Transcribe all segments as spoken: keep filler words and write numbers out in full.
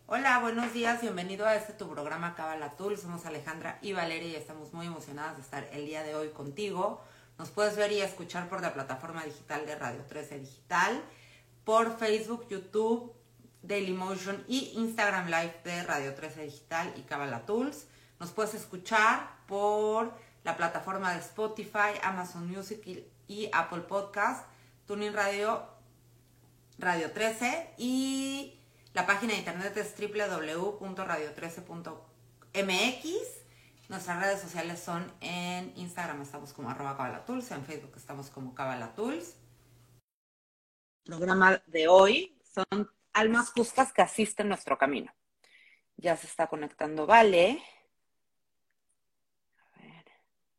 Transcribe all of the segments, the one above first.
Hola, buenos días, bienvenido a este tu programa Cábala Tool. Somos Alejandra y Valeria y estamos muy emocionadas de estar el día de hoy contigo. Nos puedes ver y escuchar por la plataforma digital de Radio trece Digital, por Facebook, YouTube, Dailymotion y Instagram Live de Radio trece Digital y Cábala Tools. Nos puedes escuchar por la plataforma de Spotify, Amazon Music y, y Apple Podcast, TuneIn Radio, Radio trece y la página de internet es doble u doble u doble u punto radio trece punto m x. Nuestras redes sociales son en Instagram estamos como arroba cabalatools, en Facebook estamos como cabalatools. El programa de hoy son almas justas que asisten nuestro camino. Ya se está conectando Vale. A ver.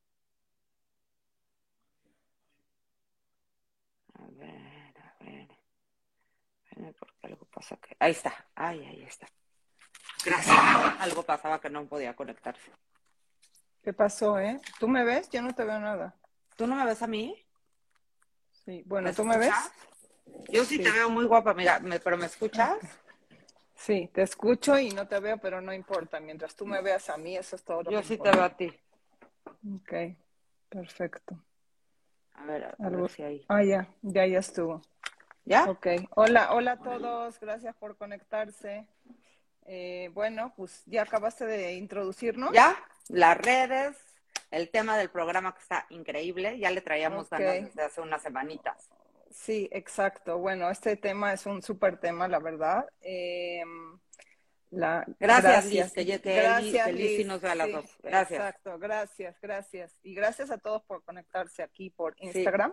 A ver, a ver. A ver, porque algo pasa que... Ahí está. Ay, ahí está. Gracias. Algo pasaba que no podía conectarse. ¿Qué pasó, eh? ¿Tú me ves? Yo no te veo nada. ¿Tú no me ves a mí? Sí, bueno, ¿Me ¿tú me ves? Yo sí, sí te veo muy guapa, mira, ¿me, pero ¿me escuchas? Okay. Sí, te escucho y no te veo, pero no importa. Mientras tú me veas a mí, eso es todo lo Yo que sí importa. te veo a ti. Ok, perfecto. A ver, a, a Algo... ver si ahí. Ah, ya, ya, ya estuvo. ¿Ya? Ok, hola, hola a todos, gracias por conectarse. Eh, bueno, pues ya acabaste de introducirnos. ¿Ya? Las redes, el tema del programa que está increíble, ya le traíamos Okay. ganas desde hace unas semanitas. Sí, exacto. Bueno, este tema es un súper tema, la verdad. Eh, La, gracias, gracias, Liz, que, que, gracias, que Liz sí Liz. nos ve a las Sí, dos. Gracias. exacto, gracias, gracias. Y gracias a todos por conectarse aquí por Sí. Instagram.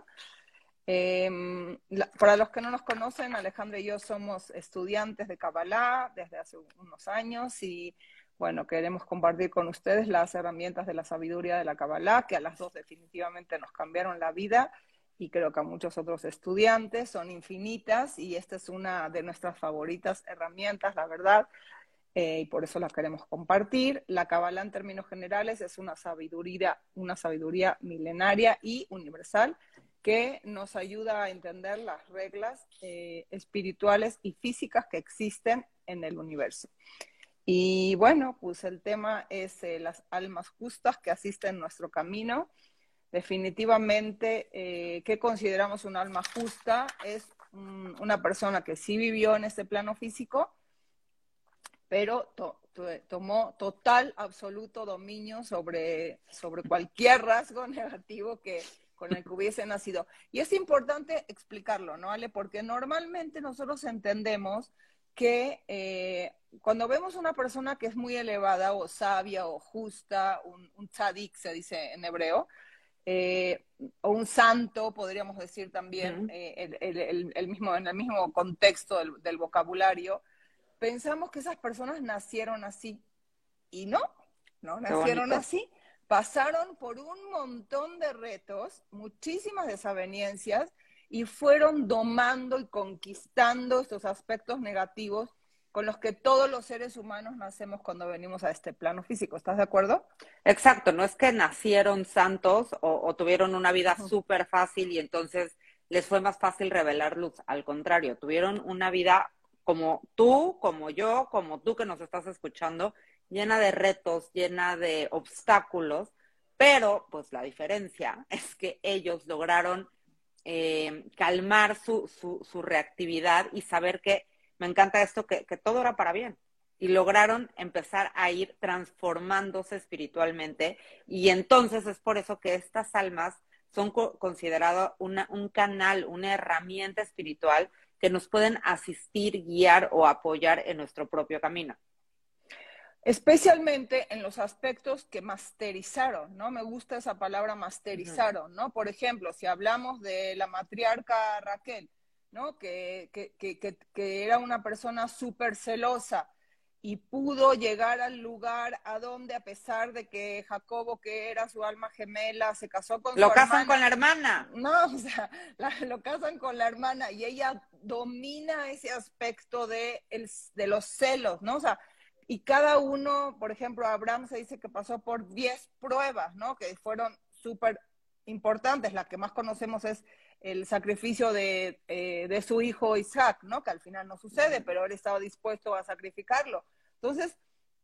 Eh, la, para los que no nos conocen, Alejandra y yo somos estudiantes de Kabbalah desde hace unos años y, bueno, queremos compartir con ustedes las herramientas de la sabiduría de la Kabbalah, que a las dos definitivamente nos cambiaron la vida y creo que a muchos otros estudiantes, son infinitas y esta es una de nuestras favoritas herramientas, la verdad. Eh, y por eso la queremos compartir. La Kabbalah, en términos generales, es una sabiduría, una sabiduría milenaria y universal que nos ayuda a entender las reglas eh, espirituales y físicas que existen en el universo. Y bueno, pues el tema es eh, las almas justas que asisten nuestro camino. Definitivamente, eh, ¿qué consideramos una alma justa? Es um, una persona que sí vivió en este plano físico, pero to, to, tomó total, absoluto dominio sobre, sobre cualquier rasgo negativo que, con el que hubiese nacido. Y es importante explicarlo, ¿no, Ale? Porque normalmente nosotros entendemos que eh, cuando vemos una persona que es muy elevada o sabia o justa, un, un tzadik se dice en hebreo, eh, o un santo, podríamos decir también, Uh-huh. eh, el, el, el, el mismo, en el mismo contexto del, del vocabulario, pensamos que esas personas nacieron así y no, no nacieron así. Pasaron por un montón de retos, muchísimas desavenencias y fueron domando y conquistando estos aspectos negativos con los que todos los seres humanos nacemos cuando venimos a este plano físico. ¿Estás de acuerdo? Exacto, no es que nacieron santos o, o tuvieron una vida uh-huh. súper fácil y entonces les fue más fácil revelar luz. Al contrario, tuvieron una vida como tú, como yo, como tú que nos estás escuchando, llena de retos, llena de obstáculos, pero pues la diferencia es que ellos lograron eh, calmar su, su, su reactividad y saber que, me encanta esto, que, que todo era para bien. Y lograron empezar a ir transformándose espiritualmente. Y entonces es por eso que estas almas son co- consideradas una, un canal, una herramienta espiritual que nos pueden asistir, guiar o apoyar en nuestro propio camino. Especialmente en los aspectos que masterizaron, ¿no? Me gusta esa palabra masterizaron, ¿no? Por ejemplo, si hablamos de la matriarca Raquel, ¿no? Que, que, que, que, que era una persona súper celosa y pudo llegar al lugar a donde, a pesar de que Jacobo, que era su alma gemela, se casó con lo su casan hermana. con la hermana. No, o sea, la, lo casan con la hermana y ella domina ese aspecto de, el, de los celos, ¿no? O sea, y cada uno, por ejemplo, Abraham se dice que pasó por diez pruebas, ¿no? Que fueron súper importantes. La que más conocemos es el sacrificio de, eh, de su hijo Isaac, ¿no? Que al final no sucede, pero él estaba dispuesto a sacrificarlo. Entonces,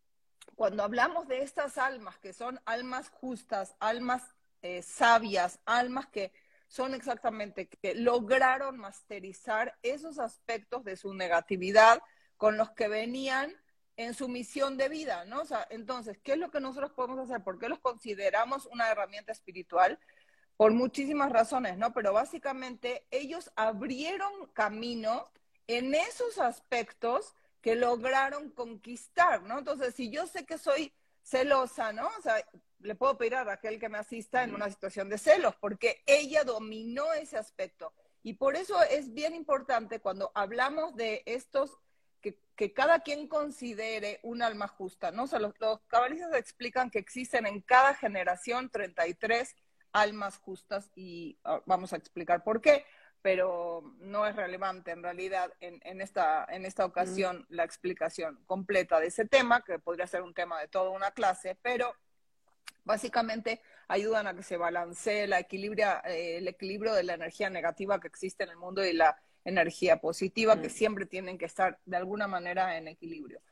cuando hablamos de estas almas, que son almas justas, almas eh, sabias, almas que son exactamente, que lograron masterizar esos aspectos de su negatividad con los que venían en su misión de vida, ¿no? O sea, entonces, ¿qué es lo que nosotros podemos hacer? ¿Por qué los consideramos una herramienta espiritual? Por muchísimas razones, ¿no? Pero básicamente ellos abrieron camino en esos aspectos que lograron conquistar, ¿no? Entonces, si yo sé que soy celosa, ¿no? O sea, le puedo pedir a Raquel que me asista en una situación de celos, porque ella dominó ese aspecto. Y por eso es bien importante cuando hablamos de estos, que, que cada quien considere un alma justa, ¿no? O sea, los, los cabalistas explican que existen en cada generación treinta y tres almas justas y uh, vamos a explicar por qué, pero no es relevante en realidad en, en, esta, en esta ocasión mm. la explicación completa de ese tema, que podría ser un tema de toda una clase, pero básicamente ayudan a que se balancee la equilibria, eh, el equilibrio de la energía negativa que existe en el mundo y la energía positiva, mm. que siempre tienen que estar de alguna manera en equilibrio.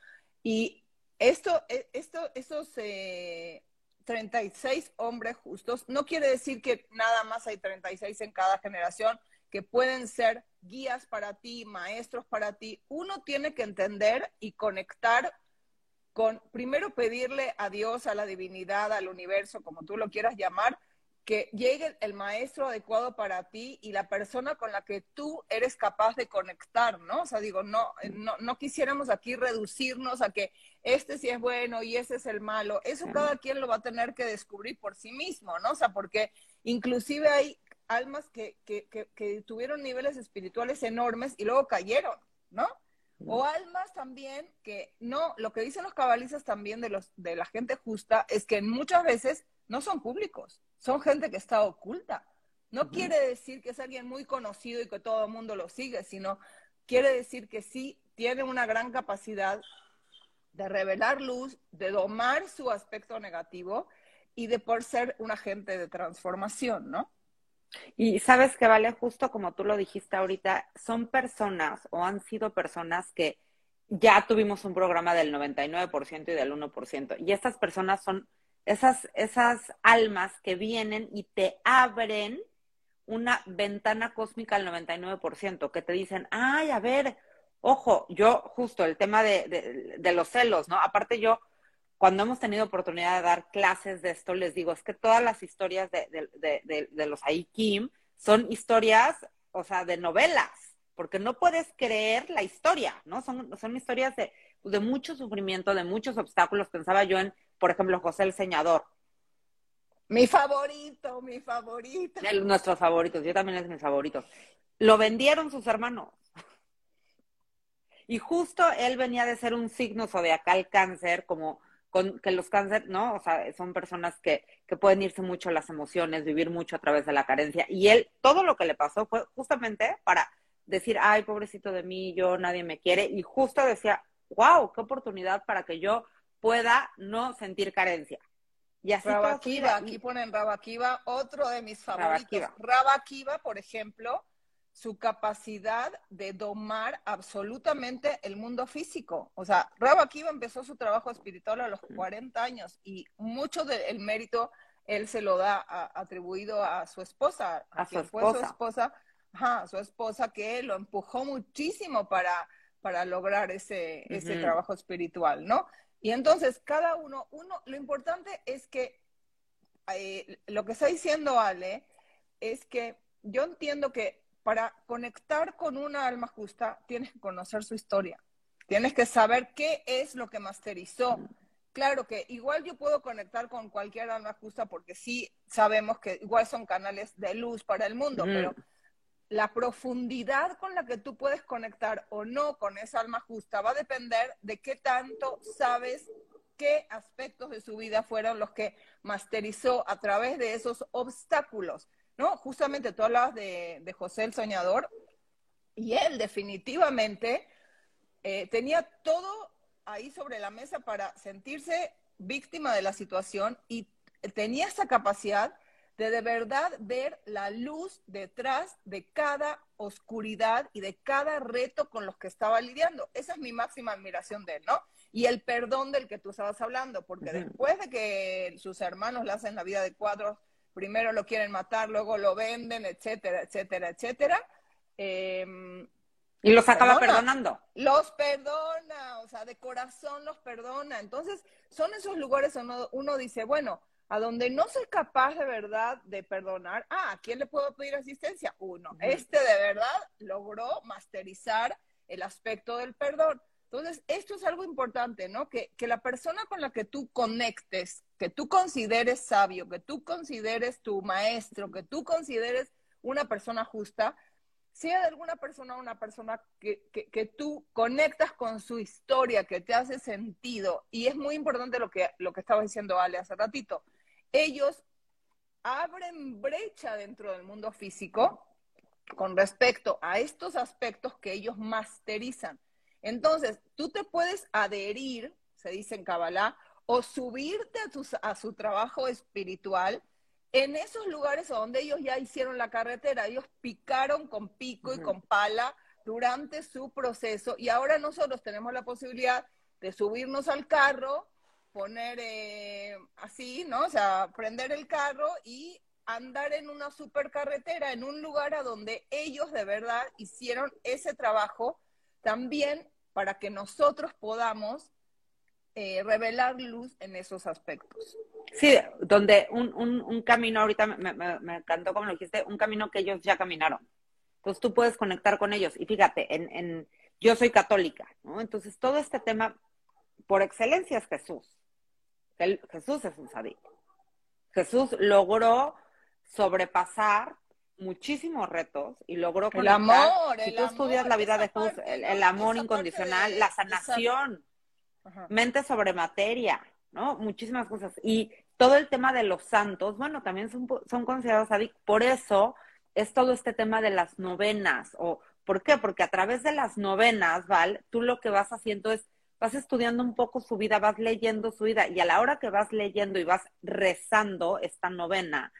Y esto, esto, esos eh, treinta y seis hombres justos no quiere decir que nada más hay treinta y seis en cada generación, que pueden ser guías para ti, maestros para ti. Uno tiene que entender y conectar con, primero pedirle a Dios, a la divinidad, al universo, como tú lo quieras llamar, que llegue el maestro adecuado para ti y la persona con la que tú eres capaz de conectar, ¿no? O sea, digo, no, no, no quisiéramos aquí reducirnos a que este sí es bueno y ese es el malo. Eso cada quien lo va a tener que descubrir por sí mismo, ¿no? O sea, porque inclusive hay almas que, que, que, que tuvieron niveles espirituales enormes y luego cayeron, ¿no? O almas también que no, lo que dicen los cabalistas también de, los, de la gente justa es que muchas veces no son públicos, son gente que está oculta. No uh-huh. quiere decir que es alguien muy conocido y que todo el mundo lo sigue, sino quiere decir que sí tiene una gran capacidad de revelar luz, de domar su aspecto negativo y de por ser un agente de transformación, ¿no? Y sabes que vale, justo como tú lo dijiste ahorita, son personas o han sido personas que ya tuvimos un programa del noventa y nueve por ciento y del uno por ciento. Y estas personas son esas, esas almas que vienen y te abren una ventana cósmica al noventa y nueve por ciento, que te dicen, ay, a ver, ojo, yo justo el tema de, de, de los celos, ¿no? Aparte yo, cuando hemos tenido oportunidad de dar clases de esto, les digo, es que todas las historias de, de, de, de, de los Aikim son historias, o sea, de novelas, porque no puedes creer la historia, ¿no? Son, son historias de, de mucho sufrimiento, de muchos obstáculos. Pensaba yo en, por ejemplo, José el Señador. Mi favorito, mi favorito. De nuestros favoritos, yo también es mis favoritos. Lo vendieron sus hermanos. Y justo él venía de ser un signo zodiacal Cáncer, como con que los cáncer, ¿no? O sea, son personas que, que pueden irse mucho las emociones, vivir mucho a través de la carencia. Y él, todo lo que le pasó fue justamente para decir, ay, pobrecito de mí, yo, nadie me quiere. Y justo decía, wow, qué oportunidad para que yo pueda no sentir carencia. Y así Rabba Akiva, aquí ponen Rabba Akiva, otro de mis favoritos. Rabba Akiva, por ejemplo, su capacidad de domar absolutamente el mundo físico. O sea, Rabba Akiva empezó su trabajo espiritual a los cuarenta años y mucho del mérito él se lo da a, atribuido a su esposa, a, a quien su fue esposa. su esposa, ajá, su esposa que lo empujó muchísimo para, para lograr ese, uh-huh. ese trabajo espiritual, ¿no? Y entonces cada uno, uno, lo importante es que eh, lo que está diciendo Ale es que yo entiendo que para conectar con una alma justa, tienes que conocer su historia. Tienes que saber qué es lo que masterizó. Claro que igual yo puedo conectar con cualquier alma justa porque sí sabemos que igual son canales de luz para el mundo, mm. pero la profundidad con la que tú puedes conectar o no con esa alma justa va a depender de qué tanto sabes qué aspectos de su vida fueron los que masterizó a través de esos obstáculos. ¿No? Justamente tú hablabas de, de José el Soñador y él definitivamente eh, tenía todo ahí sobre la mesa para sentirse víctima de la situación y tenía esa capacidad de de verdad ver la luz detrás de cada oscuridad y de cada reto con los que estaba lidiando. Esa es mi máxima admiración de él, ¿no? Y el perdón del que tú estabas hablando, porque Ujú. después de que sus hermanos le hacen la vida de cuadros, primero lo quieren matar, luego lo venden, etcétera, etcétera, etcétera, eh, Y los acaba perdona, perdonando. los perdona, o sea, de corazón los perdona. Entonces, son esos lugares donde uno, uno dice, bueno, a donde no soy capaz de verdad de perdonar, ah, ¿a quién le puedo pedir asistencia? Uno, Uh-huh. este de verdad logró masterizar el aspecto del perdón. Entonces, esto es algo importante, ¿no? Que, que la persona con la que tú conectes, que tú consideres sabio, que tú consideres tu maestro, que tú consideres una persona justa, sea de alguna persona una persona que, que, que tú conectas con su historia, que te hace sentido. Y es muy importante lo que, lo que estaba diciendo Ale hace ratito. Ellos abren brecha dentro del mundo físico con respecto a estos aspectos que ellos masterizan. Entonces, tú te puedes adherir, se dice en Kabbalah, o subirte a, tus, a su trabajo espiritual en esos lugares donde ellos ya hicieron la carretera. Ellos picaron con pico uh-huh. y con pala durante su proceso, y ahora nosotros tenemos la posibilidad de subirnos al carro, poner eh, así, ¿no? O sea, prender el carro y andar en una supercarretera, en un lugar a donde ellos de verdad hicieron ese trabajo también para que nosotros podamos eh, revelar luz en esos aspectos. Sí, donde un, un, un camino, ahorita me, me, me encantó como lo dijiste, un camino que ellos ya caminaron. Entonces tú puedes conectar con ellos. Y fíjate, en, en, yo soy católica, ¿no? Entonces todo este tema, por excelencia, es Jesús. El, Jesús es un sabio. Jesús logró sobrepasar muchísimos retos y logró conectar. El amor, si el tú estudias amor, la vida de Jesús, parte, el, ¿no? el amor esa incondicional, de, la sanación, esa... mente sobre materia, ¿no? Muchísimas cosas. Y todo el tema de los santos, bueno, también son, son considerados adictos. Por eso es todo este tema de las novenas. O, ¿por qué? Porque a través de las novenas, Val, tú lo que vas haciendo es vas estudiando un poco su vida, vas leyendo su vida, y a la hora que vas leyendo y vas rezando esta novena,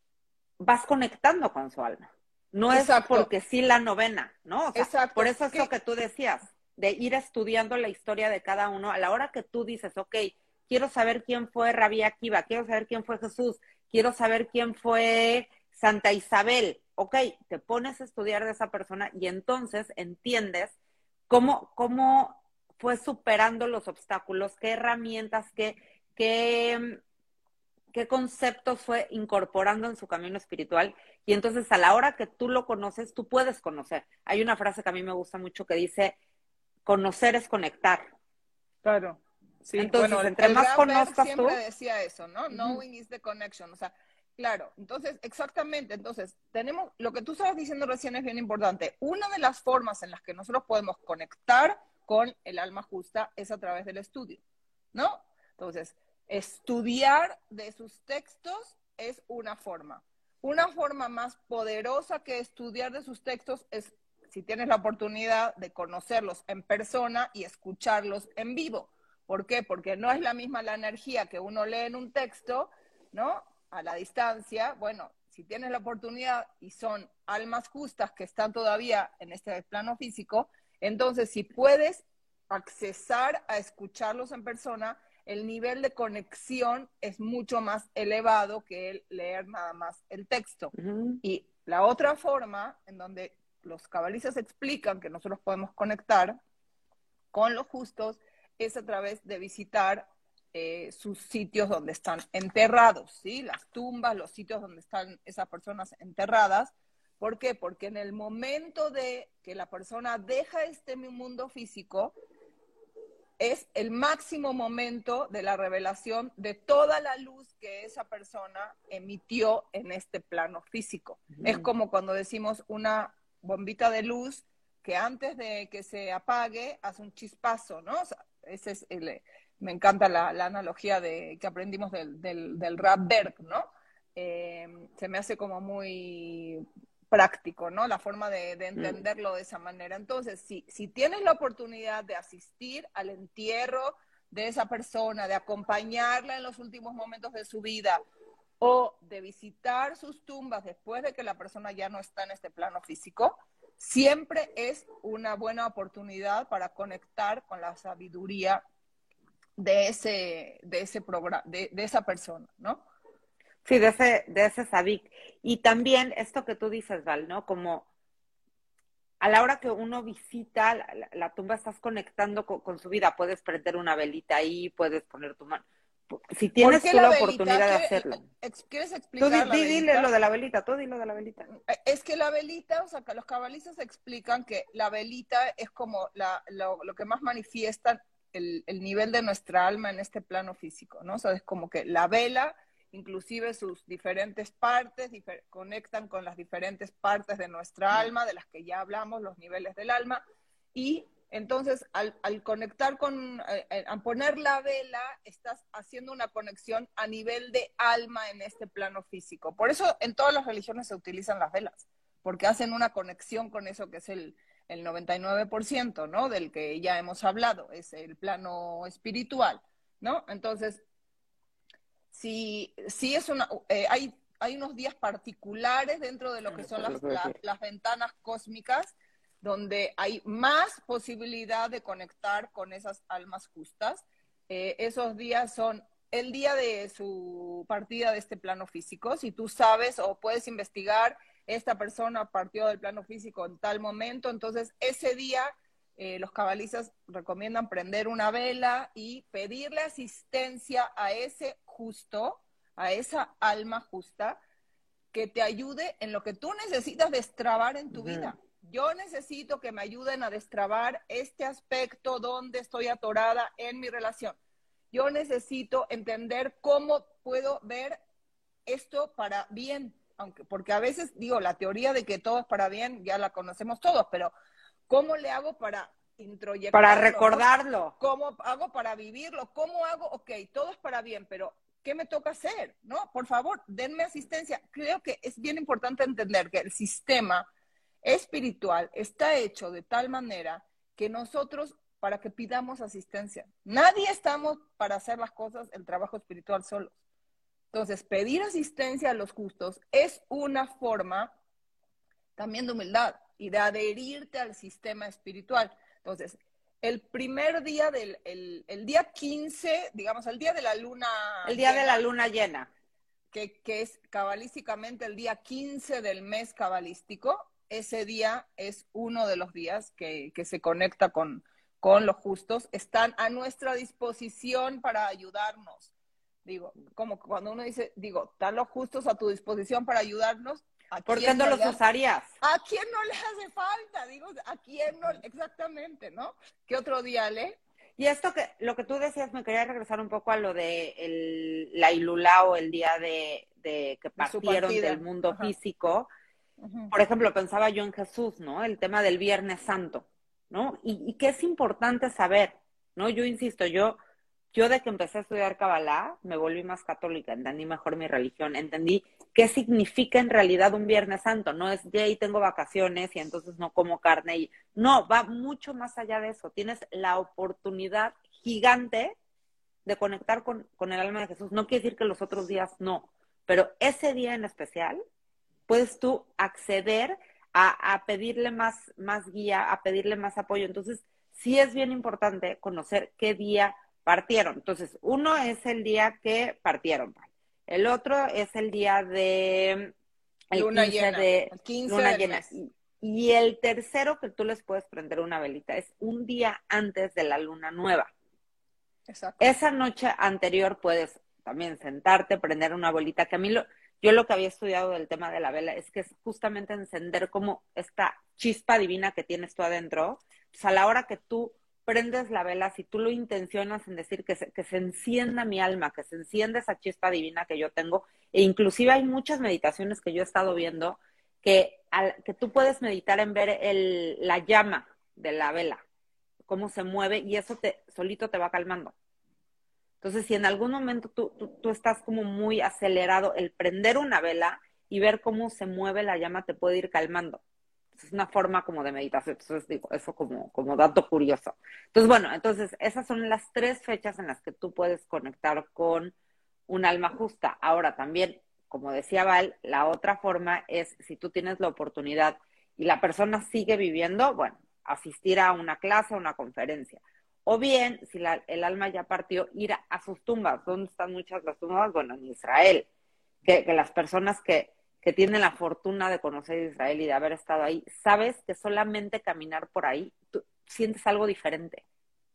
vas conectando con su alma. No Exacto. es porque sí la novena, ¿no? O sea, Exacto. por eso es ¿Qué? lo que tú decías, de ir estudiando la historia de cada uno. A la hora que tú dices, ok, quiero saber quién fue Rabí Akiva, quiero saber quién fue Jesús, quiero saber quién fue Santa Isabel, ok, te pones a estudiar de esa persona y entonces entiendes cómo, cómo fue superando los obstáculos, qué herramientas, qué, qué, qué conceptos fue incorporando en su camino espiritual. Y entonces a la hora que tú lo conoces, tú puedes conocer. Hay una frase que a mí me gusta mucho que dice, conocer es conectar. Claro. Sí, entonces, bueno, entre el más conozcas siempre tú, decía eso, ¿no? Uh-huh. Knowing is the connection. O sea, claro, entonces, exactamente, entonces, tenemos, lo que tú estabas diciendo recién es bien importante. Una de las formas en las que nosotros podemos conectar con el alma justa es a través del estudio, ¿no? Entonces, estudiar de sus textos es una forma. Una forma más poderosa que estudiar de sus textos es, si tienes la oportunidad de conocerlos en persona y escucharlos en vivo. ¿Por qué? Porque no es la misma la energía que uno lee en un texto, ¿no? A la distancia. Bueno, si tienes la oportunidad y son almas justas que están todavía en este plano físico, entonces si puedes accesar a escucharlos en persona, el nivel de conexión es mucho más elevado que el leer nada más el texto. Uh-huh. Y la otra forma en donde los cabalistas explican que nosotros podemos conectar con los justos es a través de visitar eh, sus sitios donde están enterrados, ¿sí? Las tumbas, los sitios donde están esas personas enterradas. ¿Por qué? Porque en el momento de que la persona deja este mundo físico, es el máximo momento de la revelación de toda la luz que esa persona emitió en este plano físico. Mm. Es como cuando decimos una bombita de luz que antes de que se apague hace un chispazo, ¿no? O sea, ese es el, me encanta la, la analogía de, que aprendimos del, del, del Rab Berg, ¿no? Eh, se me hace como muy práctico, ¿no? La forma de, de entenderlo de esa manera. Entonces, si, si tienes la oportunidad de asistir al entierro de esa persona, de acompañarla en los últimos momentos de su vida, o de visitar sus tumbas después de que la persona ya no está en este plano físico, siempre es una buena oportunidad para conectar con la sabiduría de ese, de ese programa, de, de esa persona, ¿no? Sí, de ese, de ese sadik. Y también esto que tú dices, Val, ¿no? Como a la hora que uno visita la, la, la tumba, estás conectando con, con su vida. Puedes prender una velita ahí, puedes poner tu mano. Si ¿Por tienes qué tú la la velita? oportunidad de ¿Qué- hacerlo. ¿Quieres Tú di, explicar la di, dile lo velita? de la velita, tú dilo de la velita. Es que la velita, o sea, que los cabalistas explican que la velita es como la, lo, lo que más manifiesta el, el nivel de nuestra alma en este plano físico, ¿no? O sea, es como que la vela, inclusive sus diferentes partes, difer conectan con las diferentes partes de nuestra alma, de las que ya hablamos, los niveles del alma, y entonces al, al conectar con, eh, al poner la vela, estás haciendo una conexión a nivel de alma en este plano físico. Por eso en todas las religiones se utilizan las velas, porque hacen una conexión con eso que es el, el noventa y nueve por ciento, ¿no? Del que ya hemos hablado, es el plano espiritual, ¿no? Entonces, si, si es una, eh, hay, hay unos días particulares dentro de lo que son las, la, las ventanas cósmicas, donde hay más posibilidad de conectar con esas almas justas. Eh, esos días son el día de su partida de este plano físico. Si tú sabes o puedes investigar, esta persona partió del plano físico en tal momento, entonces ese día eh, los cabalistas recomiendan prender una vela y pedirle asistencia a ese justo, a esa alma justa, que te ayude en lo que tú necesitas destrabar en tu uh-huh. vida. Yo necesito que me ayuden a destrabar este aspecto donde estoy atorada en mi relación. Yo necesito entender cómo puedo ver esto para bien, aunque, porque a veces digo, la teoría de que todo es para bien, ya la conocemos todos, pero ¿cómo le hago para introyectarlo? Para recordarlo. ¿No? ¿Cómo hago para vivirlo? ¿Cómo hago? Ok, todo es para bien, pero ¿qué me toca hacer? ¿No? Por favor, denme asistencia. Creo que es bien importante entender que el sistema espiritual está hecho de tal manera que nosotros, para que pidamos asistencia, nadie estamos para hacer las cosas, el trabajo espiritual solos. Entonces, pedir asistencia a los justos es una forma también de humildad y de adherirte al sistema espiritual. Entonces, el primer día del, el, el día quince, digamos, el día de la luna El día llena, de la luna llena. Que, que es cabalísticamente el día quince del mes cabalístico, ese día es uno de los días que, que se conecta con, con los justos, están a nuestra disposición para ayudarnos. Digo, como cuando uno dice, digo, están los justos a tu disposición para ayudarnos. ¿A ¿Por qué no, no los le, usarías? ¿A quién no le hace falta? Digo, ¿a quién no? Exactamente, ¿no? ¿Qué otro día le? Y esto que, lo que tú decías, me quería regresar un poco a lo de el, la Ilulá o el día de, de que partieron del mundo Ajá. físico. Ajá. Por ejemplo, pensaba yo en Jesús, ¿no? El tema del Viernes Santo, ¿no? Y, y que es importante saber, ¿no? Yo insisto, yo, yo de que empecé a estudiar Kabbalah, me volví más católica, entendí mejor mi religión, entendí qué significa en realidad un Viernes Santo. No es de ahí tengo vacaciones y entonces no como carne. Y no, va mucho más allá de eso. Tienes la oportunidad gigante de conectar con, con el alma de Jesús. No quiere decir que los otros días no, pero ese día en especial puedes tú acceder a, a pedirle más, más guía, a pedirle más apoyo. Entonces, sí es bien importante conocer qué día partieron. Entonces, uno es el día que partieron, el otro es el día de el luna quince llena, de el quince luna del llena. Mes. Y, y el tercero que tú les puedes prender una velita es un día antes de la luna nueva. Exacto. Esa noche anterior puedes también sentarte, prender una velita, que a mí lo, yo lo que había estudiado del tema de la vela es que es justamente encender como esta chispa divina que tienes tú adentro. Pues a la hora que tú prendes la vela, si tú lo intencionas en decir que se, que se encienda mi alma, que se encienda esa chispa divina que yo tengo, e inclusive hay muchas meditaciones que yo he estado viendo que, al, que tú puedes meditar en ver el, la llama de la vela, cómo se mueve, y eso te solito te va calmando. Entonces, si en algún momento tú, tú, tú estás como muy acelerado, el prender una vela y ver cómo se mueve la llama te puede ir calmando. Es una forma como de meditación. Entonces digo, eso como, como dato curioso. Entonces, bueno, entonces esas son las tres fechas en las que tú puedes conectar con un alma justa. Ahora también, como decía Val, la otra forma es si tú tienes la oportunidad y la persona sigue viviendo, bueno, asistir a una clase, a una conferencia. O bien, si la, el alma ya partió, ir a, a sus tumbas. ¿Dónde están muchas las tumbas? Bueno, en Israel. Que, que las personas que, que tienen la fortuna de conocer Israel y de haber estado ahí, sabes que solamente caminar por ahí, tú sientes algo diferente.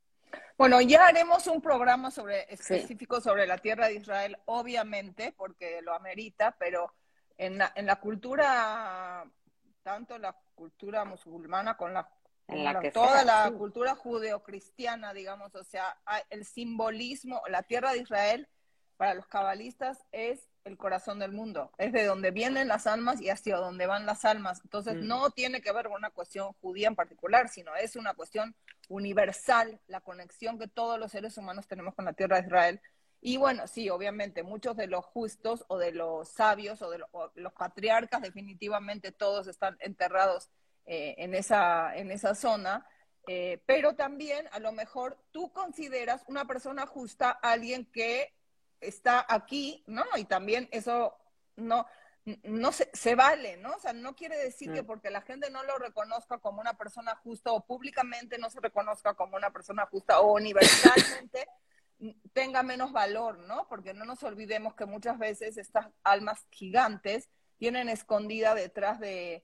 Bueno, ya haremos un programa sobre, específico sí. sobre la tierra de Israel, obviamente, porque lo amerita, pero en la, en la cultura, tanto la cultura musulmana con la, En como la la, que toda sea, la sí. cultura judeocristiana, digamos, o sea, el simbolismo, la tierra de Israel, para los cabalistas es el corazón del mundo, es de donde vienen las almas y hacia donde van las almas. Entonces, Mm. no tiene que ver con una cuestión judía en particular, sino es una cuestión universal, la conexión que todos los seres humanos tenemos con la tierra de Israel. Y bueno, sí, obviamente, muchos de los justos o de los sabios o de los, o los patriarcas, definitivamente todos están enterrados eh, en, esa, en esa zona. Eh, pero también, a lo mejor, tú consideras una persona justa alguien que está aquí, ¿no? Y también eso no, no se, se vale, ¿no? O sea, no quiere decir que porque la gente no lo reconozca como una persona justa o públicamente no se reconozca como una persona justa o universalmente tenga menos valor, ¿no? Porque no nos olvidemos que muchas veces estas almas gigantes tienen escondida detrás de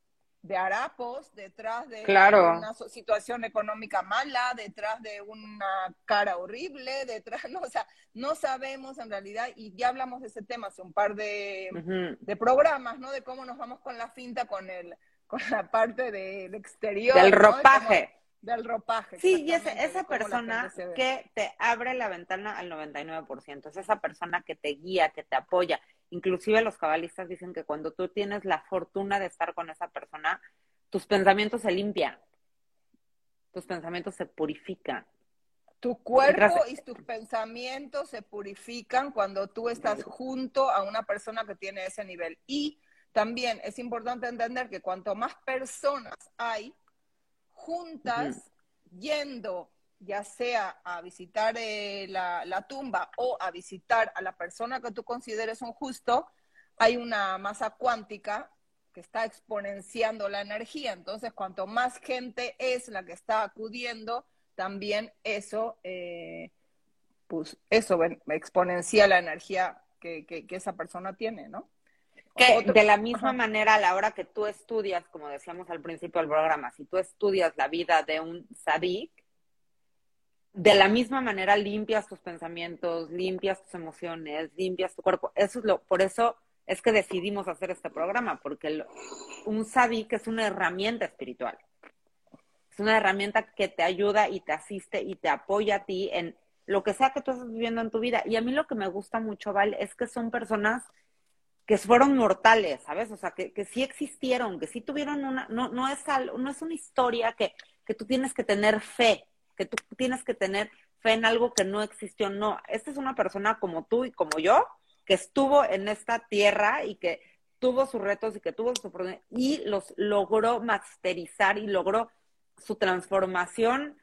de harapos, detrás de Claro. una situación económica mala, detrás de una cara horrible, detrás, no, o sea, no sabemos en realidad, y ya hablamos de ese tema hace un par de, uh-huh. de programas, ¿no? De cómo nos vamos con la finta, con el, con la parte del de exterior, del ¿no? ropaje. Cómo, del ropaje, sí, y esa, exactamente, esa de cómo la persona gente se ve. que te abre la ventana al noventa y nueve por ciento, es esa persona que te guía, que te apoya. Inclusive los cabalistas dicen que cuando tú tienes la fortuna de estar con esa persona, tus pensamientos se limpian, tus pensamientos se purifican. Tu cuerpo Entras... y tus pensamientos se purifican cuando tú estás junto a una persona que tiene ese nivel. Y también es importante entender que cuanto más personas hay juntas, uh-huh. yendo ya sea a visitar eh, la, la tumba o a visitar a la persona que tú consideres un justo, hay una masa cuántica que está exponenciando la energía. Entonces, cuanto más gente es la que está acudiendo, también eso, eh, pues eso exponencia la energía que, que, que esa persona tiene, ¿no? Que Otro, de la misma ajá. manera, a la hora que tú estudias, como decíamos al principio del programa, si tú estudias la vida de un tzadik, de la misma manera limpias tus pensamientos, limpias tus emociones, limpias tu cuerpo. Eso es lo, por eso es que decidimos hacer este programa, porque el, un tzadik es una herramienta espiritual. Es una herramienta que te ayuda y te asiste y te apoya a ti en lo que sea que tú estés viviendo en tu vida. Y a mí lo que me gusta mucho, Val, es que son personas que fueron mortales, ¿sabes? O sea, que, que sí existieron, que sí tuvieron una, no, no es algo, no es una historia que, que tú tienes que tener fe, que tú tienes que tener fe en algo que no existió, no. Esta es una persona como tú y como yo, que estuvo en esta tierra y que tuvo sus retos y que tuvo su problema y los logró masterizar y logró su transformación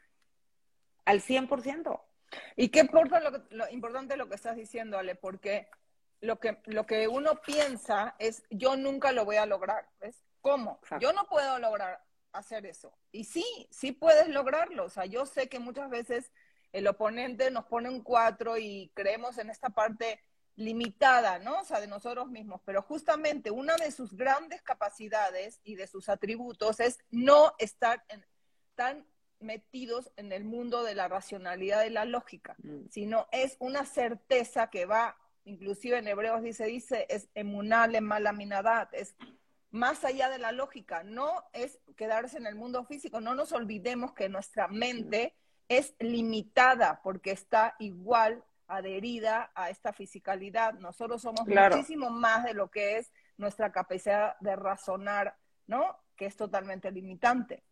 al cien por ciento. Y qué importa lo, que, lo importante lo que estás diciendo, Ale, porque lo que, lo que uno piensa es, yo nunca lo voy a lograr, ¿ves? ¿Cómo? Exacto. Yo no puedo lograr hacer eso. Y sí, sí puedes lograrlo. O sea, yo sé que muchas veces el oponente nos pone un cuatro y creemos en esta parte limitada, ¿no? O sea, de nosotros mismos. Pero justamente una de sus grandes capacidades y de sus atributos es no estar en, tan metidos en el mundo de la racionalidad y la lógica, mm. sino es una certeza que va, inclusive en Hebreos dice, dice, es emunale malaminadad, es más allá de la lógica, no es quedarse en el mundo físico, no nos olvidemos que nuestra mente es limitada porque está igual adherida a esta fisicalidad. Nosotros somos claro. muchísimo más de lo que es nuestra capacidad de razonar, ¿no? Que es totalmente limitante.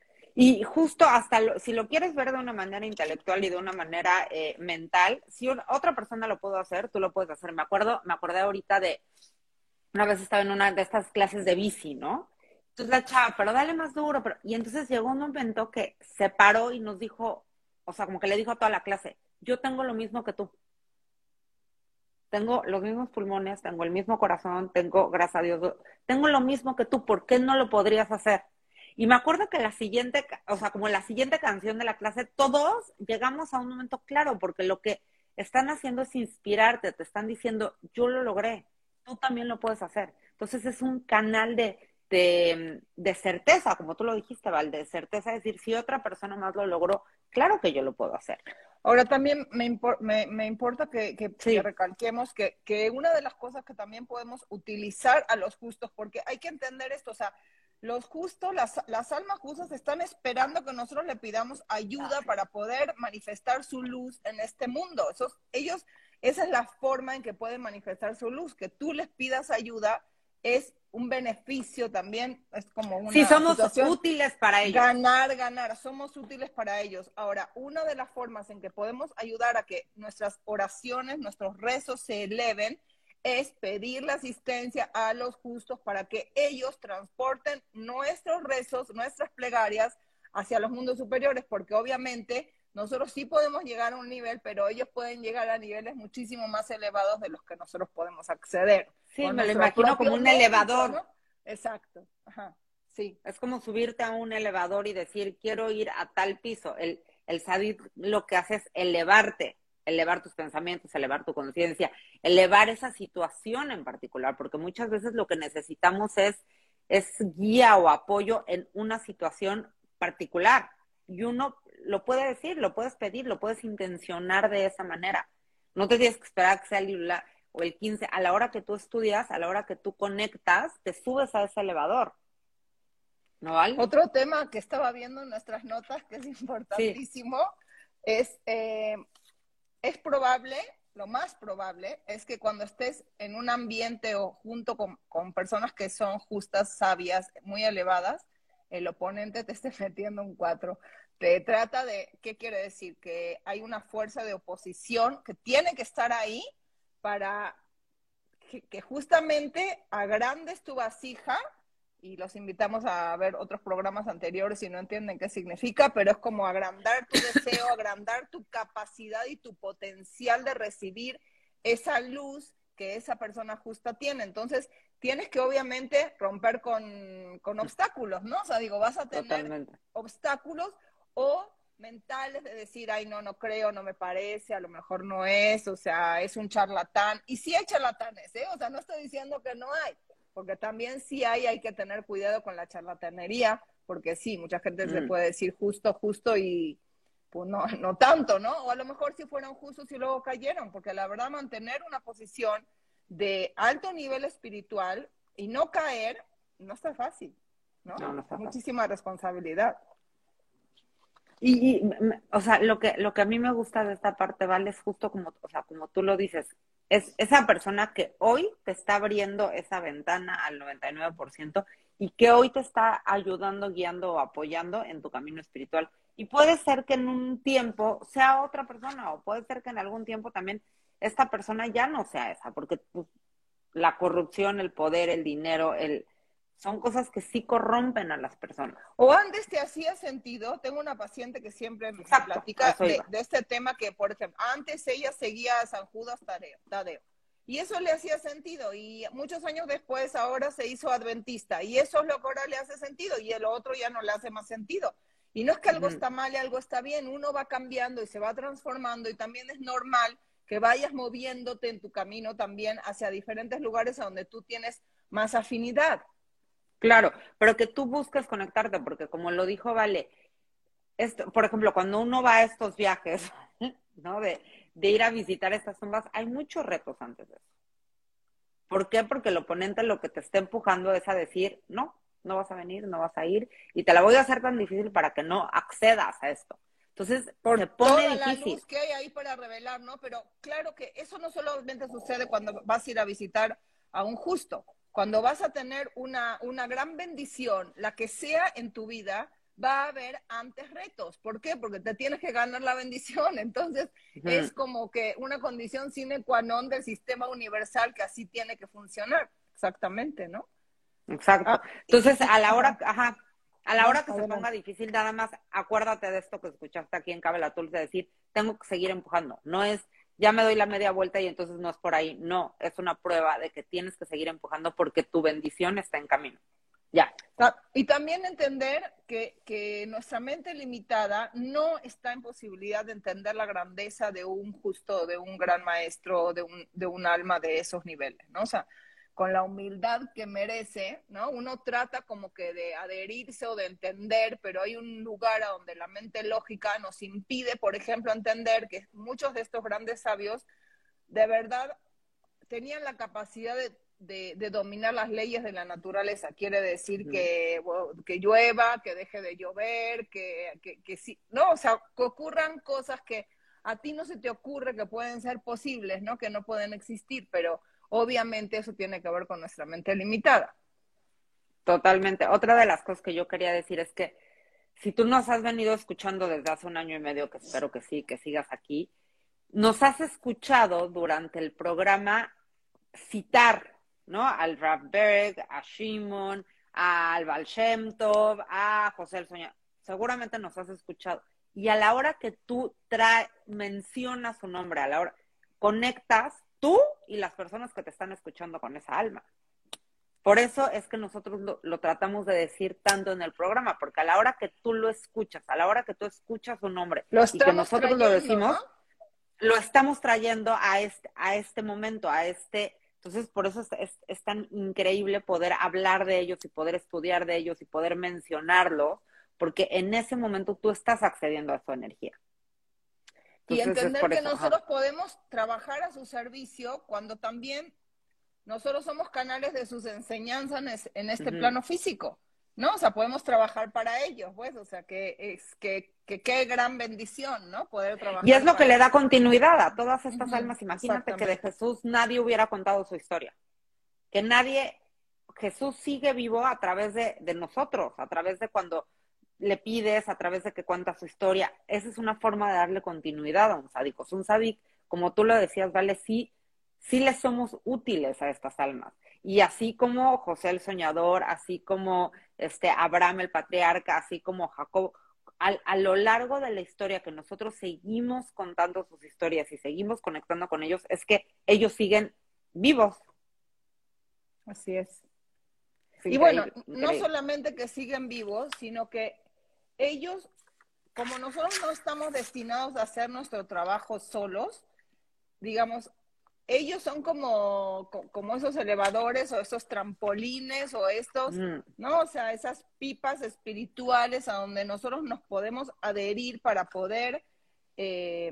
Y justo hasta, lo, si lo quieres ver de una manera intelectual y de una manera eh, mental, si una, otra persona lo pudo hacer, tú lo puedes hacer. Me acuerdo, me acordé ahorita de, una vez estaba en una de estas clases de bici, ¿no? Entonces la chava, pero dale más duro, pero... Y entonces llegó un momento que se paró y nos dijo, o sea, como que le dijo a toda la clase, yo tengo lo mismo que tú. tengo los mismos pulmones, tengo el mismo corazón, tengo, gracias a Dios, tengo lo mismo que tú, ¿por qué no lo podrías hacer? Y me acuerdo que la siguiente, o sea, como la siguiente canción de la clase, todos llegamos a un momento claro, porque lo que están haciendo es inspirarte, te están diciendo, yo lo logré, tú también lo puedes hacer. Entonces es un canal de, de, de certeza, como tú lo dijiste, Val, de certeza, es decir, si otra persona más lo logró, claro que yo lo puedo hacer. Ahora también me, impor me, me importa que, que, sí. que recalquemos que, que una de las cosas que también podemos utilizar a los justos, porque hay que entender esto, o sea, los justos, las, las almas justas están esperando que nosotros le pidamos ayuda para poder manifestar su luz en este mundo. Esos, ellos, esa es la forma en que pueden manifestar su luz, que tú les pidas ayuda es un beneficio también, es como una sí, somos situación, útiles para ellos. Ganar, ganar, somos útiles para ellos. Ahora, una de las formas en que podemos ayudar a que nuestras oraciones, nuestros rezos se eleven, es pedir la asistencia a los justos para que ellos transporten nuestros rezos, nuestras plegarias hacia los mundos superiores, porque obviamente nosotros sí podemos llegar a un nivel, pero ellos pueden llegar a niveles muchísimo más elevados de los que nosotros podemos acceder. Sí, me lo imagino como un mérito, elevador. ¿No? Exacto, ajá, sí. Es como subirte a un elevador y decir, quiero ir a tal piso. El, el sadit lo que hace es elevarte, elevar tus pensamientos, elevar tu conciencia, elevar esa situación en particular, porque muchas veces lo que necesitamos es, es guía o apoyo en una situación particular. Y uno lo puede decir, lo puedes pedir, lo puedes intencionar de esa manera. No te tienes que esperar a que sea el, o el quince. A la hora que tú estudias, a la hora que tú conectas, te subes a ese elevador. ¿No, Val? Otro tema que estaba viendo en nuestras notas, que es importantísimo, sí. es, eh, es probable, lo más probable, es que cuando estés en un ambiente o junto con, con personas que son justas, sabias, muy elevadas, el oponente te esté metiendo un cuatro. Te trata de, ¿qué quiere decir? Que hay una fuerza de oposición que tiene que estar ahí para que, que justamente agrandes tu vasija, y los invitamos a ver otros programas anteriores si no entienden qué significa, pero es como agrandar tu deseo, agrandar tu capacidad y tu potencial de recibir esa luz que esa persona justa tiene. Entonces, tienes que obviamente romper con, con obstáculos, ¿no? O sea, digo, vas a tener Totalmente. obstáculos o mentales de decir, ay, no, no creo, no me parece, a lo mejor no es, o sea, es un charlatán. Y sí hay charlatanes, ¿eh? O sea, no estoy diciendo que no hay, porque también sí hay, hay que tener cuidado con la charlatanería, porque sí, mucha gente mm. se puede decir justo, justo y pues no, no tanto, ¿no? O a lo mejor si fueron justos y luego cayeron, porque la verdad mantener una posición de alto nivel espiritual y no caer no está fácil, ¿no? no, no está Muchísima fácil. responsabilidad. Y, y, o sea, lo que, lo que a mí me gusta de esta parte, Val, es justo como, o sea, como tú lo dices, es esa persona que hoy te está abriendo esa ventana al noventa y nueve por ciento y que hoy te está ayudando, guiando o apoyando en tu camino espiritual. Y puede ser que en un tiempo sea otra persona, o puede ser que en algún tiempo también esta persona ya no sea esa, porque pues, la corrupción, el poder, el dinero, el... son cosas que sí corrompen a las personas. O antes te hacía sentido, tengo una paciente que siempre me Exacto, platica de, de este tema que, por ejemplo, antes ella seguía a San Judas Tadeo, Tadeo, y eso le hacía sentido, y muchos años después ahora se hizo adventista, y eso es lo que ahora le hace sentido, y el otro ya no le hace más sentido. Y no es que algo uh-huh. está mal y algo está bien, uno va cambiando y se va transformando, y también es normal que vayas moviéndote en tu camino también hacia diferentes lugares a donde tú tienes más afinidad. Claro, pero que tú busques conectarte, porque como lo dijo Vale, esto, por ejemplo, cuando uno va a estos viajes, ¿no? De, de ir a visitar estas tumbas, hay muchos retos antes de eso. ¿Por qué? Porque el oponente lo que te está empujando es a decir, no, no vas a venir, no vas a ir, y te la voy a hacer tan difícil para que no accedas a esto. Entonces, por se pone toda difícil. La luz que hay ahí para revelar, ¿no? Pero claro que eso no solamente sucede cuando vas a ir a visitar a un justo. Cuando vas a tener una, una gran bendición, la que sea en tu vida, va a haber antes retos. ¿Por qué? Porque te tienes que ganar la bendición. Entonces, uh-huh. es como que una condición sine qua non del sistema universal que así tiene que funcionar. Exactamente, ¿no? Exacto. Ah, Entonces, a la hora, ajá, a la hora que se ponga difícil, nada más acuérdate de esto que escuchaste aquí en Cábala Tulsa, decir, tengo que seguir empujando. No es, ya me doy la media vuelta y entonces no es por ahí. No, es una prueba de que tienes que seguir empujando porque tu bendición está en camino. Ya. Y también entender que, que nuestra mente limitada no está en posibilidad de entender la grandeza de un justo, de un gran maestro, de un, de un alma de esos niveles, ¿no? O sea, con la humildad que merece, ¿no? Uno trata como que de adherirse o de entender, pero hay un lugar a donde la mente lógica nos impide, por ejemplo, entender que muchos de estos grandes sabios de verdad tenían la capacidad de De, de dominar las leyes de la naturaleza. Quiere decir que, bueno, que llueva, que deje de llover, que, que, que sí, no, o sea, que ocurran cosas que a ti no se te ocurre que pueden ser posibles, ¿no? Que no pueden existir, pero obviamente eso tiene que ver con nuestra mente limitada. Totalmente. Otra de las cosas que yo quería decir es que si tú nos has venido escuchando desde hace un año y medio, que espero que sí, que sigas aquí, nos has escuchado durante el programa citar, ¿no? Al Rav Berg, a Shimon, al Baal Shem Tov, a José el Soñador. Seguramente nos has escuchado. Y a la hora que tú trae, mencionas su nombre, a la hora, conectas tú y las personas que te están escuchando con esa alma. Por eso es que nosotros lo, lo tratamos de decir tanto en el programa, porque a la hora que tú lo escuchas, a la hora que tú escuchas su nombre lo y que nosotros trayendo, lo decimos, ¿no? Lo estamos trayendo a este, a este momento, a este... Entonces, por eso es, es, es tan increíble poder hablar de ellos y poder estudiar de ellos y poder mencionarlos, porque en ese momento tú estás accediendo a su energía. Entonces, y entender que eso, nosotros ajá. podemos trabajar a su servicio cuando también nosotros somos canales de sus enseñanzas en este uh-huh. plano físico, ¿no? O sea, podemos trabajar para ellos, pues, o sea, que es que, que qué gran bendición, ¿no? Poder trabajar. Y es lo que le da ellos. continuidad a todas estas uh-huh. almas. Imagínate que de Jesús nadie hubiera contado su historia. Que nadie, Jesús sigue vivo a través de, de nosotros, a través de cuando le pides, a través de que cuenta su historia. Esa es una forma de darle continuidad a un sádico. Un sádico, como tú lo decías, vale, sí, sí le somos útiles a estas almas. Y así como José el Soñador, así como este Abraham el Patriarca, así como Jacob, a, a lo largo de la historia que nosotros seguimos contando sus historias y seguimos conectando con ellos, es que ellos siguen vivos. Así es. es y bueno, increíble. No solamente que siguen vivos, sino que ellos, como nosotros no estamos destinados a hacer nuestro trabajo solos, digamos, ellos son como, como esos elevadores o esos trampolines o estos, mm. ¿no? O sea, esas pipas espirituales a donde nosotros nos podemos adherir para poder eh,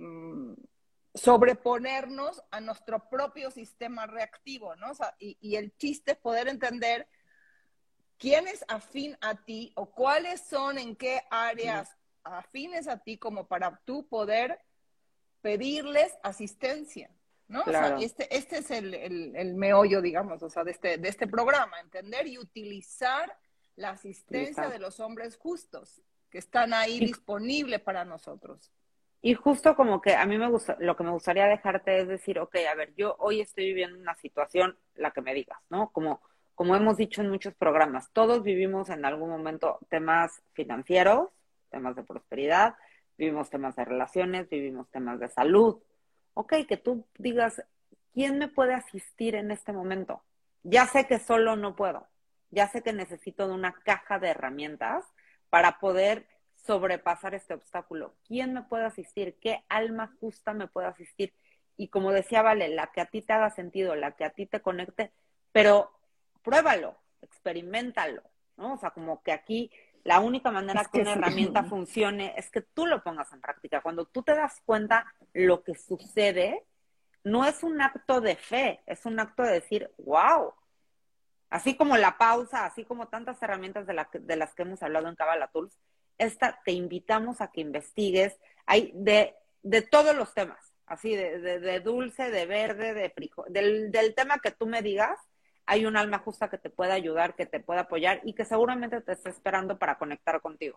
sobreponernos a nuestro propio sistema reactivo, ¿no? O sea, y, y el chiste es poder entender quién es afín a ti o cuáles son en qué áreas mm. afines a ti como para tú poder pedirles asistencia. ¿No? Claro. O sea, este, este es el, el, el meollo, digamos, o sea, de este, de este programa, entender y utilizar la asistencia Utilizar. de los hombres justos que están ahí y, disponibles para nosotros. Y justo como que a mí me gusta, lo que me gustaría dejarte es decir, ok, a ver, yo hoy estoy viviendo una situación, la que me digas, ¿no? Como, como hemos dicho en muchos programas, todos vivimos en algún momento temas financieros, temas de prosperidad, vivimos temas de relaciones, vivimos temas de salud. Ok, que tú digas, ¿quién me puede asistir en este momento? Ya sé que solo no puedo. Ya sé que necesito de una caja de herramientas para poder sobrepasar este obstáculo. ¿Quién me puede asistir? ¿Qué alma justa me puede asistir? Y como decía Vale, la que a ti te haga sentido, la que a ti te conecte, pero pruébalo, experiméntalo, ¿no? O sea, como que aquí la única manera es que, que una sí. herramienta funcione es que tú lo pongas en práctica. Cuando tú te das cuenta lo que sucede, no es un acto de fe, es un acto de decir, wow. Así como la pausa, así como tantas herramientas de, la, de las que hemos hablado en Kabbalah Tools, esta te invitamos a que investigues. Hay de, de todos los temas, así de, de, de dulce, de verde, de frijol, del, del tema que tú me digas, hay un alma justa que te pueda ayudar, que te pueda apoyar y que seguramente te está esperando para conectar contigo.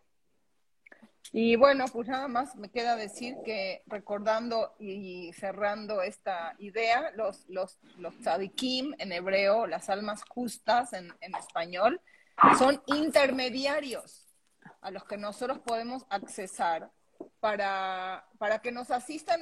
Y bueno, pues nada más me queda decir que recordando y cerrando esta idea, los, los, los tzadikim en hebreo, las almas justas en, en español, son intermediarios a los que nosotros podemos accesar para, para que nos asistan en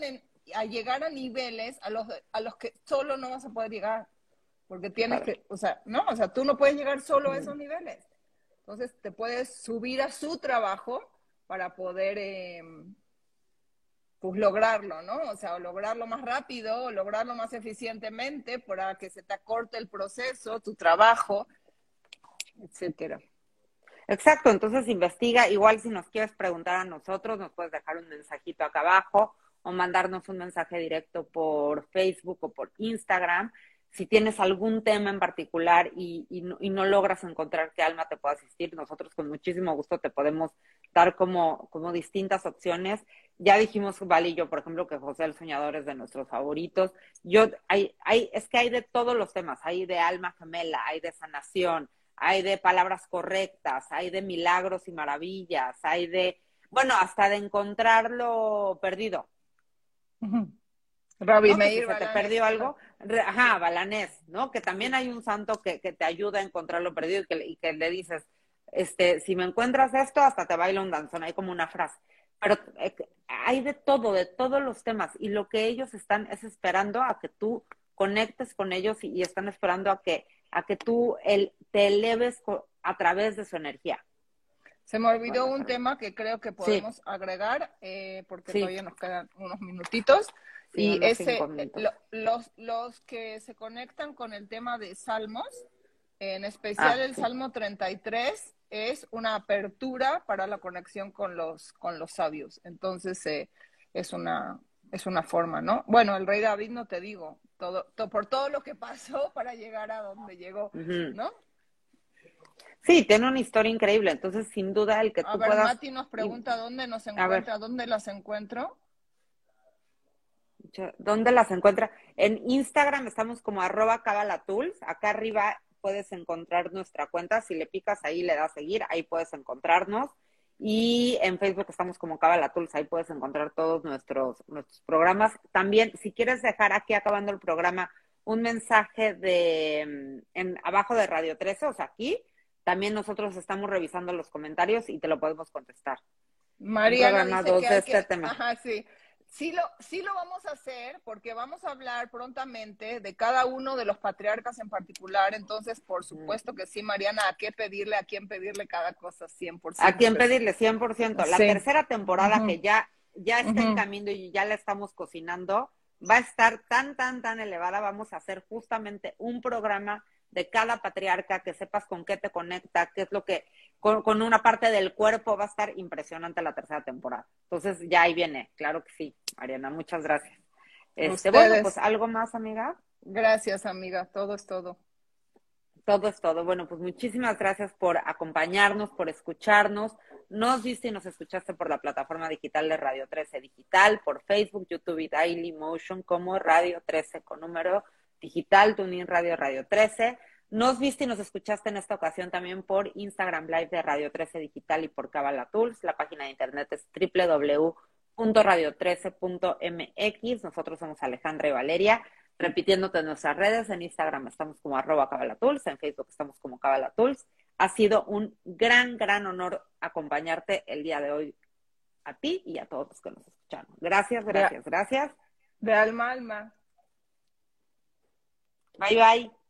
a llegar a niveles a los, a los que solo no vas a poder llegar. Porque tienes que, o sea, no, o sea, tú no puedes llegar solo a esos niveles. Entonces, te puedes subir a su trabajo para poder, eh, pues, lograrlo, ¿no? O sea, o lograrlo más rápido, o lograrlo más eficientemente para que se te acorte el proceso, tu trabajo, etcétera. Exacto, entonces investiga, igual si nos quieres preguntar a nosotros, nos puedes dejar un mensajito acá abajo o mandarnos un mensaje directo por Facebook o por Instagram. Si tienes algún tema en particular y, y, no, y no logras encontrar qué alma te pueda asistir, nosotros con muchísimo gusto te podemos dar como, como distintas opciones. Ya dijimos, Vale y yo, por ejemplo, que José el Soñador es de nuestros favoritos. Yo, hay, hay, es que hay de todos los temas, hay de alma gemela, hay de sanación, hay de palabras correctas, hay de milagros y maravillas, hay de, bueno, hasta de encontrar lo perdido. Uh-huh. Rabbi ¿No? Meir Que si se te Balanés, perdió algo, ajá, ajá, Balanés, ¿no? Que también hay un santo que, que te ayuda a encontrar lo perdido y que, y que le dices, este, si me encuentras esto, hasta te baila un danzón, hay como una frase. Pero eh, hay de todo, de todos los temas, y lo que ellos están es esperando a que tú conectes con ellos y, y están esperando a que, a que tú el, te eleves a través de su energía. Se me olvidó un tema que creo que podemos sí. agregar, eh, porque sí. todavía nos quedan unos minutitos. Sí, y ese, lo, los, los que se conectan con el tema de salmos, en especial ah, el sí. Salmo treinta y tres, es una apertura para la conexión con los, con los sabios. Entonces, eh, es una, es una forma, ¿no? Bueno, el rey David, no te digo, todo, to, por todo lo que pasó para llegar a donde llegó, uh-huh. ¿no? Sí, tiene una historia increíble, entonces sin duda el que a tú ver, puedas... Mati nos pregunta dónde nos encuentra, dónde las encuentro. ¿Dónde las encuentra? En Instagram estamos como arroba cabalatools, acá arriba puedes encontrar nuestra cuenta, si le picas ahí le das seguir, ahí puedes encontrarnos, y en Facebook estamos como cabalatools, ahí puedes encontrar todos nuestros, nuestros programas. También, si quieres dejar aquí acabando el programa un mensaje de en, abajo de Radio trece, o sea, aquí, también nosotros estamos revisando los comentarios y te lo podemos contestar. Mariana dice dos que de hay este que... tema. Ajá, sí. Sí lo, sí lo vamos a hacer porque vamos a hablar prontamente de cada uno de los patriarcas en particular. Entonces, por supuesto que sí, Mariana, ¿a qué pedirle, a quién pedirle cada cosa? cien por ciento. ¿A quién pedirle? cien por ciento. La sí. tercera temporada uh-huh. que ya, ya está uh-huh. en camino y ya la estamos cocinando, va a estar tan, tan, tan elevada. Vamos a hacer justamente un programa de cada patriarca, que sepas con qué te conecta, qué es lo que, con, con una parte del cuerpo, va a estar impresionante la tercera temporada. Entonces ya ahí viene, claro que sí, Mariana, muchas gracias. Este, bueno, pues algo más, amiga. Gracias, amiga, todo es todo. Todo es todo. Bueno, pues muchísimas gracias por acompañarnos, por escucharnos. Nos viste y nos escuchaste por la plataforma digital de Radio trece Digital, por Facebook, YouTube y Daily Motion como Radio trece con número digital, TuneIn Radio, Radio trece. Nos viste y nos escuchaste en esta ocasión también por Instagram Live de Radio trece Digital y por Kabbalah Tools. La página de internet es doble u doble u doble u punto radio trece punto m x. Nosotros somos Alejandra y Valeria. Repitiéndote en nuestras redes, en Instagram estamos como arroba Kabbalah Tools, en Facebook estamos como Kabbalah Tools. Ha sido un gran, gran honor acompañarte el día de hoy a ti y a todos los que nos escucharon. Gracias, gracias, gracias. De alma a alma. Bye, bye.